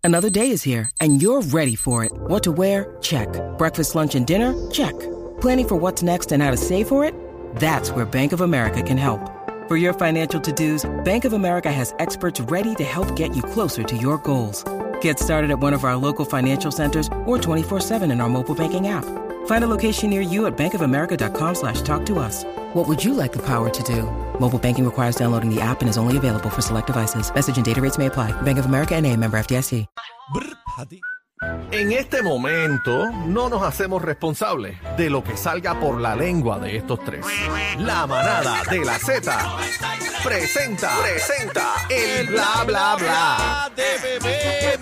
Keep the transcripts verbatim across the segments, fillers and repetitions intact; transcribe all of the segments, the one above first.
Another day is here, and you're ready for it. What to wear? Check. Breakfast, lunch, and dinner? Check. Planning for what's next and how to save for it? That's where Bank of America can help. For your financial to-dos, Bank of America has experts ready to help get you closer to your goals. Get started at one of our local financial centers or twenty-four seven in our mobile banking app. Find a location near you at bankofamerica.com slash talk to us. What would you like the power to do? Mobile banking requires downloading the app and is only available for select devices. Message and data rates may apply. Bank of America N A, member F D I C. En este momento no nos hacemos responsables de lo que salga por la lengua de estos tres. La manada de la Z presenta, presenta el bla bla bla de Bebé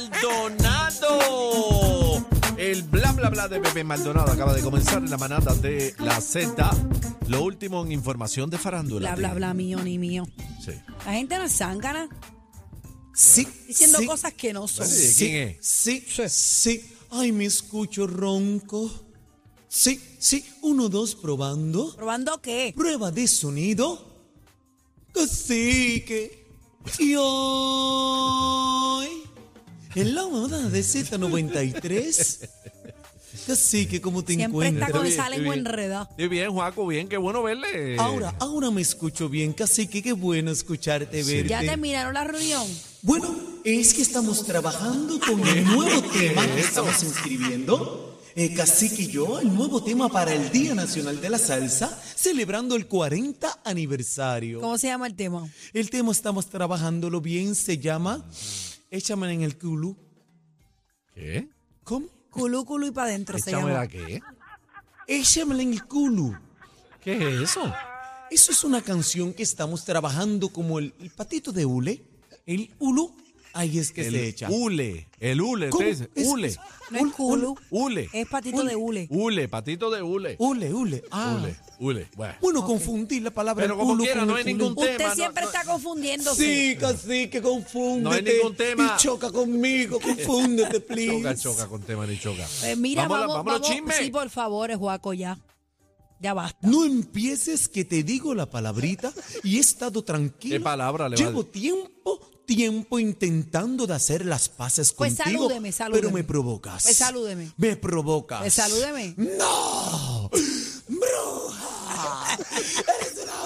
Maldonado. El bla bla bla de Bebé Maldonado acaba de comenzar en la manada de la Z. Lo último en información de farándula. Bla bla bla mío ni mío. Sí. La gente no es zángana. Sí, Diciendo sí, cosas que no son. Sí. sí, ¿Quién es? sí, sí. Ay, me escucho ronco. Sí, sí, uno, dos, probando. ¿Probando qué? Prueba de sonido. Cacique. Y hoy, en la moda de Z noventa y tres. Cacique, ¿cómo te Siempre encuentras? está con bien, esa estoy lengua bien. enredada. Estoy bien, Juaco, bien, qué bueno verle. Ahora, ahora me escucho bien, Cacique, qué bueno escucharte, verte. ¿Ya terminaron la reunión? Bueno, es que estamos trabajando con el nuevo tema que estamos inscribiendo. Eh, Cacique y yo, el nuevo tema para el Día Nacional de la Salsa, celebrando el cuarenta aniversario. ¿Cómo se llama el tema? El tema estamos trabajándolo bien, se llama Échame en el culo. ¿Qué? ¿Cómo? Culú, culú y para adentro se Échame llama. la qué. Échame en el culo. ¿Qué es eso? Eso es una canción que estamos trabajando como el, el patito de hule. El hulu, ahí es que el se echa. hule, el hule, ¿Cómo? usted dice, Es- hule, es- No es culú, hule, es patito de hule. hule, patito de hule, Hule, hule. Ah. hule, hule. Bueno, Bueno, confundí la palabra Pero como culo quiera, con no el hay culo. ningún tema. Usted no, siempre no. está confundiéndose. Sí, cacique, confúndete. No hay ningún tema. Y choca conmigo, confúndete, please. choca, choca con tema ni choca. Pues mira, Vamos a la- vamos, vamos a los vamos. chismes. Sí, por favor, Juaco, ya. Ya basta. No empieces que te digo la palabrita y he estado tranquilo. ¿Qué palabra le va a Llevo tiempo, tiempo intentando de hacer las paces Pues contigo. salúdeme, salúdeme. Pero me provocas. Pues salúdeme. Me provocas. Pues salúdeme. ¡No! ¡Bruja! ¡Eres una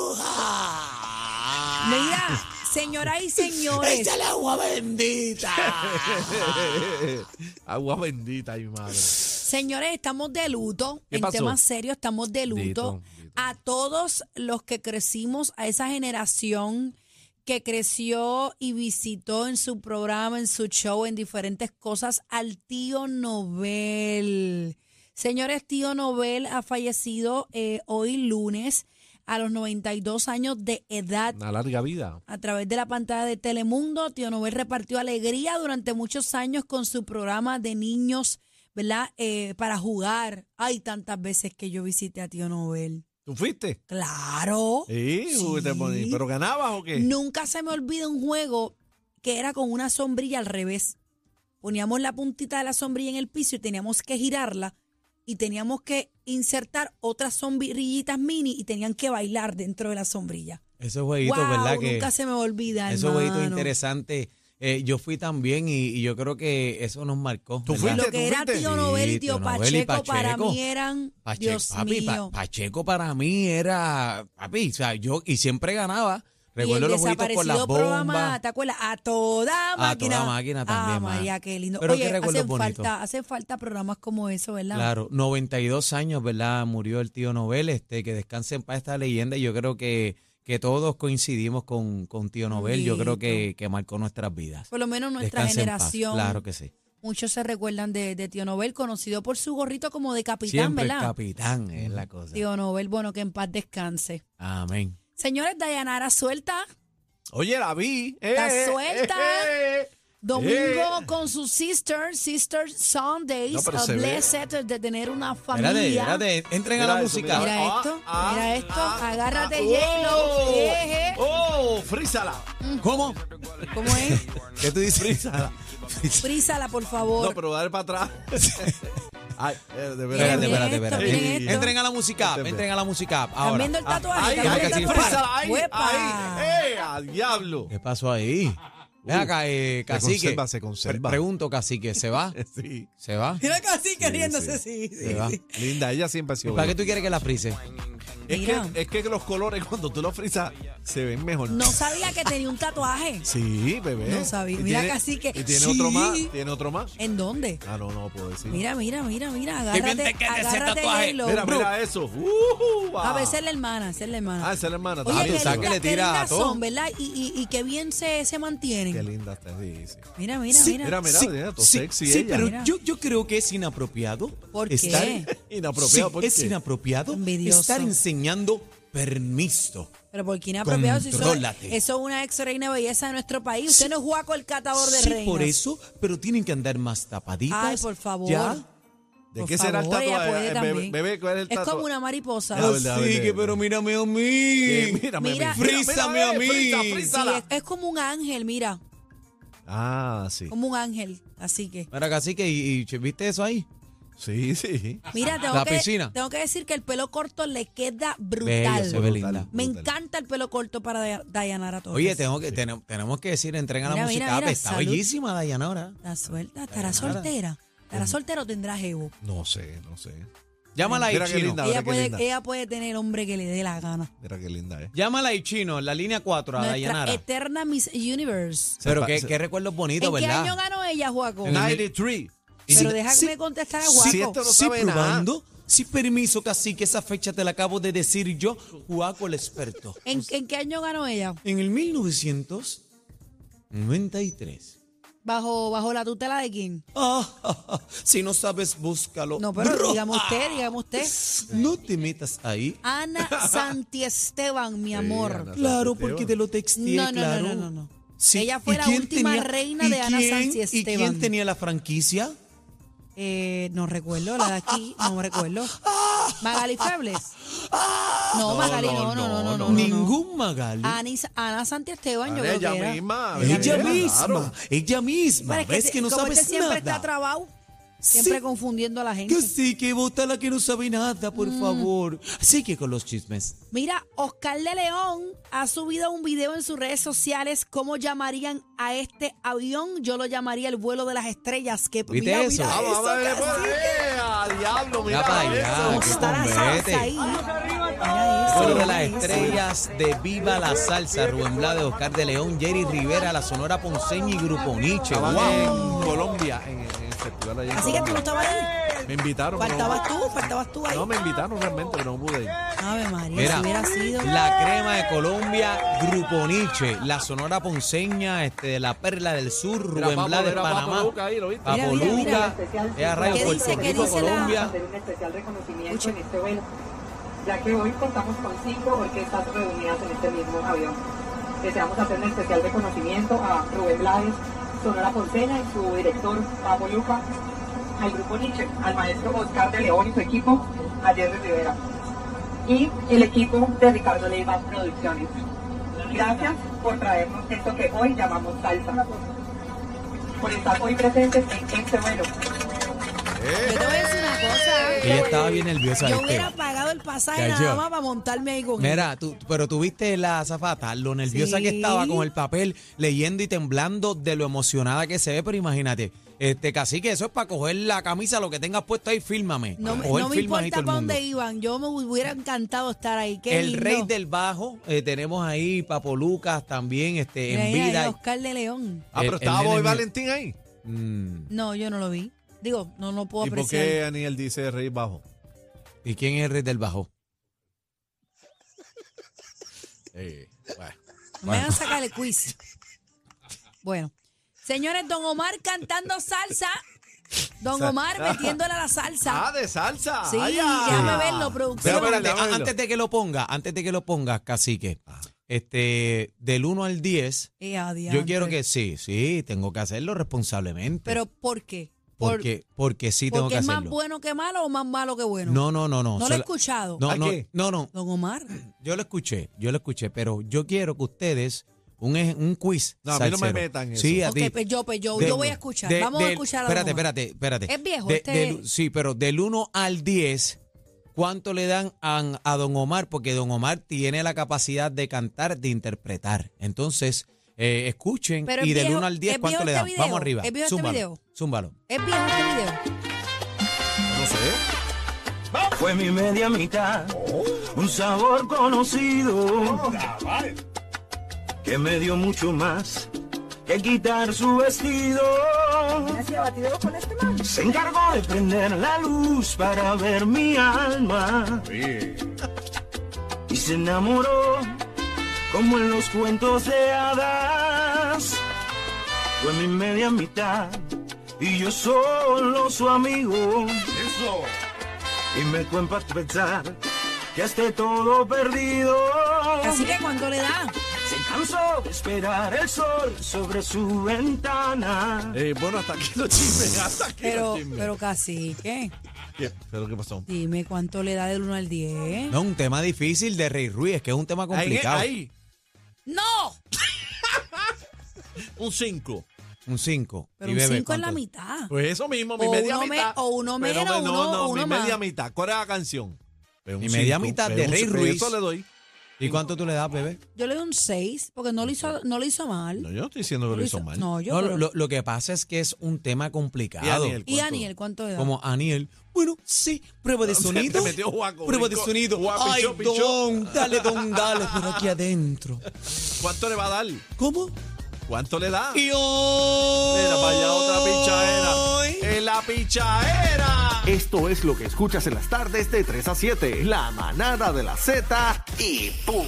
bruja! Mira, señoras y señores. ¡Échale agua bendita! Agua bendita, mi madre. Señores, estamos de luto. ¿Qué En pasó? temas serios, estamos de luto. Dito, dito. A todos los que crecimos, a esa generación que creció y visitó en su programa, en su show, en diferentes cosas, al tío Nobel. Señores, tío Nobel ha fallecido eh, hoy lunes a los noventa y dos años de edad. Una larga vida. A través de la pantalla de Telemundo, tío Nobel repartió alegría durante muchos años con su programa de niños, ¿verdad? Eh, para jugar. Hay tantas veces que yo visité a tío Nobel. ¿Tú fuiste? ¡Claro! Sí, juguete bonito. ¿Pero ganabas o qué? Nunca se me olvida un juego que era con una sombrilla al revés. Poníamos la puntita de la sombrilla en el piso y teníamos que girarla y teníamos que insertar otras sombrillitas mini y tenían que bailar dentro de la sombrilla. Esos jueguitos, Wow, ¿verdad? Que nunca se me olvida, esos jueguitos hermano. interesantes. Eh, yo fui también y, y yo creo que eso nos marcó. ¿Tú ¿verdad? fuiste? Lo que era fuiste? tío Nobel y Sí, tío, tío Nobel y Pacheco, para Pacheco. mí eran, Pache- Dios papi, Pa- mío. Pacheco para mí era, papi, o sea, yo, y siempre ganaba. Y el Recuerdo los jueguitos con las desaparecido programa, bombas. ¿te acuerdas? A toda máquina. A toda máquina también, Ah, ma. María, qué lindo. Pero qué Oye, recuerdos hacen bonitos. falta, hacen falta programas como eso, ¿verdad? Claro, noventa y dos años, ¿verdad? Murió el tío Nobel, este, que descanse en paz esta leyenda. Y yo creo que, que todos coincidimos con, con tío Nobel. Yo creo que, que marcó nuestras vidas. Por lo menos nuestra Descanse en paz. generación. Claro que sí. Muchos se recuerdan de, de tío Nobel, conocido por su gorrito como de capitán, Siempre el ¿verdad? capitán es la cosa. Tío Nobel, bueno, que en paz descanse. Amén. Señores, Dayanara suelta. Oye, la vi. Está Eh, suelta. eh, eh. Domingo Eh. con su sister, Sister Sundays, No, pero a se ve. blessed de tener una familia. Espérate, espérate, entren a Mira la eso, música. Mira Ah, esto, ah, mira esto, ah, agárrate ah, J-Lo, oh, eje. ¡Oh! ¡Frízala! ¿Cómo? ¿Cómo es? ¿Qué tú dices? ¡Frízala! Frízala, por favor. No, pero dale para atrás. Ay, eh, de verdad. Espérate, Miren espérate, esto, espérate. miren En- esto. Entren a la música, Este- entren a la música. ¿Están Ahora. viendo el tatuaje? Ahí, ¿Están ahí, viendo el sí, tatuaje? frízala, ahí, ¡Huepa! ahí. ¡Eh, al diablo! ¿Qué pasó ahí? Ven acá, eh, Se cacique. conserva, se conserva. Pre- pregunto, cacique, ¿se va? Sí. ¿Se va? Mira casi Sí, queriéndose, sí. sí, Se va. sí. Linda, ella siempre ha sido ¿Para qué buena. tú quieres que la frise? Es Mira. que, es que los colores cuando tú los frisas se ven mejor. No sabía que tenía un tatuaje. Sí, bebé. No sabía. Y Mira, tiene- cacique. Y tiene Sí. otro más. Tiene otro más. ¿En dónde? Ah, no, no puedo decir. Mira, mira, mira, mira. Qué bien Agárrate, te queda ese agárrate, tatuaje. J-Lo. Mira, mira eso. Uh, A ver, esa es la hermana, esa es la hermana. Ah, esa es la hermana. Oye, Ah, qué tú sabes linda- que le qué tira a lindas todo. son, ¿verdad? Y, y, y qué bien se, se mantienen. Qué linda está, sí, sí. Mira, mira, Sí, mira. Mira, mira, sí, mira, todo sí, sexy sí, ella. pero Mira. yo, yo creo que es inapropiado. ¿Por estar- qué? Inapropiado, Sí, ¿por es qué? inapropiado Envidioso. estar enseñando permiso. Pero por qué inapropiado si eso, Contrólate. eso es una ex reina belleza de nuestro país. Usted Sí. no es Juaco el catador de Sí, reinas. por eso, pero tienen que andar más tapaditas. Ay, por favor. ¿Ya? ¿De Por qué será el favor, ella tatuaje? puede Eh, también. Bebé, bebé, ¿cuál es el Es tatuaje? como una mariposa. A ver, a ver, Así a que, ver. pero mírame a mí. Eh, mírame, Mira. mira, Frízame mira, a mí. frisa, Sí, frízala. es, es como un ángel, mira. Ah, sí. Como un ángel. Así que. Mira, cacique, ¿y, y viste eso ahí? Sí, sí. Mira, tengo La que, piscina. tengo que decir que el pelo corto le queda Bello, brutal. se ve Brutal. linda. Me brutal. encanta el pelo corto para Day- Dayanara Torres. Oye, tengo que, tenemos, tenemos que decir, entrega la Mira, música. mira, mira, está salud. bellísima, Dayana, ahora. ¿Está suelta? ¿Estará soltera? ¿Estará soltera o tendrá jevo? No sé, no sé. Llámala ahí, Mira qué Chino. linda. Ella qué puede, linda. ella puede tener hombre que le dé la gana. Mira qué linda es. Llámala ahí, Chino, en la línea cuatro, a Nuestra Dayanara. eterna Miss Universe. Pero Se qué, pa- qué recuerdos bonitos, ¿En qué ¿verdad? año ganó ella, Juaco? noventa y tres. Pero Sí, déjame sí, contestar a sí, Juaco. esto no Sí, sabe nada. probando. Sí, permiso, cacique, esa fecha te la acabo de decir yo, Juaco el experto. ¿En, en qué año ganó ella? En el mil novecientos noventa y tres. ¿Bajo, bajo la tutela de quién? Ah, ja, ja, si no sabes, búscalo. No, pero Bro, dígame usted, dígame usted. no te metas ahí. Ana Santiesteban, mi amor. Ana. Claro, Santiesteban. porque te lo texté, No, no, no, claro. no, no, no. Sí, Ella fue ¿y la quién última tenía- reina y de Ana quién- Santiesteban. ¿Y quién tenía la franquicia? Eh, no recuerdo, la de aquí, no me recuerdo. Magali Febles. No, Magali, no, no, no, no, no. no, Ningún Magali. Ani- Ana Ana, Santiesteban, yo creo ella que era. misma, ella ella, misma, claro. ella misma. Pero es ¿Ves te- que no como sabes este siempre está nada? trabado, siempre Sí. confundiendo a la gente. Que sí, que vota la que no sabe nada, por Mm. favor. Así que con los chismes. Mira, Oscar de León ha subido un video en sus redes sociales. ¿Cómo llamarían a este avión? Yo lo llamaría el vuelo de las estrellas. Que, ¿Viste mira, eso? mira Vamos, vamos a ver. cacique. pues, eh, a diablo, mira, Mira para allá, eso. ¿Cómo qué está la convete. salsa ahí? Mira eso, Vuelo de mira las eso. estrellas de Viva la Salsa, Rubén Blades, Oscar de León, Jerry Rivera, la Sonora Ponceña y Grupo Nietzsche. Estaban ¡Wow! en Colombia, en, en el festival allá en Así que tú no Colombia. estabas ahí. Me invitaron. pero Faltabas no- tú, faltabas tú ahí. No, me invitaron realmente, pero no pude ir. Ave María, Mira, si hubiera sido. la crema de Colombia, Grupo Nietzsche, la Sonora Ponceña, este, de la Perla del Sur, Mira, Rubén Papo, Blades, mira, Papo Panamá, Luca ahí, ¿lo viste? Papo Mira, mira, Luca, es a Radio ¿Qué Puerto dice? ¿Qué Rico, dice la- Colombia. hacer un especial reconocimiento Escucha. en este vuelo, ya que hoy contamos con cinco orquestas reunidas en este mismo avión. Deseamos hacer un especial reconocimiento a Rubén Blades, Sonora Ponceña y su director Papo Luca, al Grupo Nietzsche, al maestro Oscar de León y su equipo, a Jerry Rivera, y el equipo de Ricardo Leiva Producciones. Gracias por traernos esto que hoy llamamos salsa, por estar hoy presentes en este vuelo. Yo te voy a decir una cosa. Ella estaba bien nerviosa, Yo ¿viste? hubiera pagado el pasaje Cacho. nada más para montarme ahí con él. Mira, tú, pero tú viste la azafata, lo nerviosa que Sí. estaba con el papel, leyendo y temblando de lo emocionada que se ve, pero imagínate, este cacique, eso es para coger la camisa, lo que tengas puesto ahí, fírmame. No, me- Coger no me firmas y importa todo el para mundo. dónde iban. Yo me hubiera encantado estar ahí. Qué El lindo. rey del bajo, eh, tenemos ahí Papo Lucas también, este, Mira, en mira, vida. ahí Oscar de León. Ah, El- pero el estaba nene Boy mío. Valentín ahí. Mm, No, yo no lo vi. Digo, no lo puedo ¿Y por apreciar. qué Aniel dice rey bajo? ¿Y quién es el rey del bajo? Eh, bueno. No me van a sacar el quiz. Bueno, señores, Don Omar cantando salsa. Don Omar metiéndole a la salsa. Ah, de salsa. Sí, Ay, ya. déjame verlo, Pero producción. espérate, déjame a- verlo. antes de que lo ponga, antes de que lo pongas, cacique, este, del uno al diez, Eh, a yo diantre. quiero que sí, sí, tengo que hacerlo responsablemente. Pero ¿por qué? Por- porque, porque sí tengo ¿Porque que es más hacerlo. bueno que malo o más malo que bueno? No, no, no, no. No lo he sola- escuchado. No, ¿A no, qué? no, no. Don Omar. Yo lo escuché, yo lo escuché, pero yo quiero que ustedes un, ej- un quiz. No, a mí no me salsero. metan en eso. Sí, a Ok, ti. pues yo, pues yo, De- yo voy a escuchar. de- Vamos a del- escuchar a Don Espérate, Omar. espérate, espérate. Es viejo, De- este- del- sí, pero del uno al diez, ¿cuánto le dan a, a Don Omar? Porque Don Omar tiene la capacidad de cantar, de interpretar. Entonces, eh, escuchen Pero y es del viejo- uno al diez, ¿es ¿cuánto viejo le este dan? video? Vamos arriba. ¿Es viejo este Zúmbalo, video? zúmbalo. ¿Es viejo este video? No sé. Fue mi media mitad, un sabor conocido que me dio mucho más que quitar su vestido. Se encargó de prender la luz para ver mi alma y se enamoró como en los cuentos de hadas. Fue mi media mitad y yo solo su amigo. Eso. Y me cuenta pensar que esté todo perdido. Así que ¿cuánto le da? Se cansó de esperar el sol sobre su ventana. Eh, bueno, hasta aquí los chismes. Hasta aquí Pero, los chismes. pero casi, ¿qué? ¿Qué? ¿Pero qué pasó? Dime cuánto le da del uno al diez. No, un tema difícil de Rey Ruiz, es que es un tema Ahí, complicado. ahí. ¡No! Un cinco. Un cinco. Pero Y un bebé, cinco es la ¿cuánto? mitad. Pues eso mismo, mi O media uno me- mitad. o uno Pero menos, me- uno- no, no, uno mi más. media mitad. ¿Cuál es la canción? Pues un Mi media cinco, mitad pues de un Rey cinco, Ruiz. Eso le doy. ¿Y cuánto tú le das, bebé? Yo le doy un seis porque no lo hizo, no lo hizo mal. No, yo no estoy diciendo que lo hizo mal. No, yo No, pero- lo, lo que pasa es que es un tema ¿Y complicado. Aniel? ¿Y Aniel cuánto le da? Como Aniel. Bueno, sí, prueba de Se sonido. te metió Juaco, Prueba de brinco. sonido. Juaco, Ay, pichó, pichó. don, dale, don, dale, pero aquí adentro. ¿Cuánto le va a dar? ¿Cómo? ¿Cuánto le da? Y hoy... Mira, para allá otra pichadera. ¡En la pichadera! Esto es lo que escuchas en las tardes de tres a siete. La manada de la Z y punto.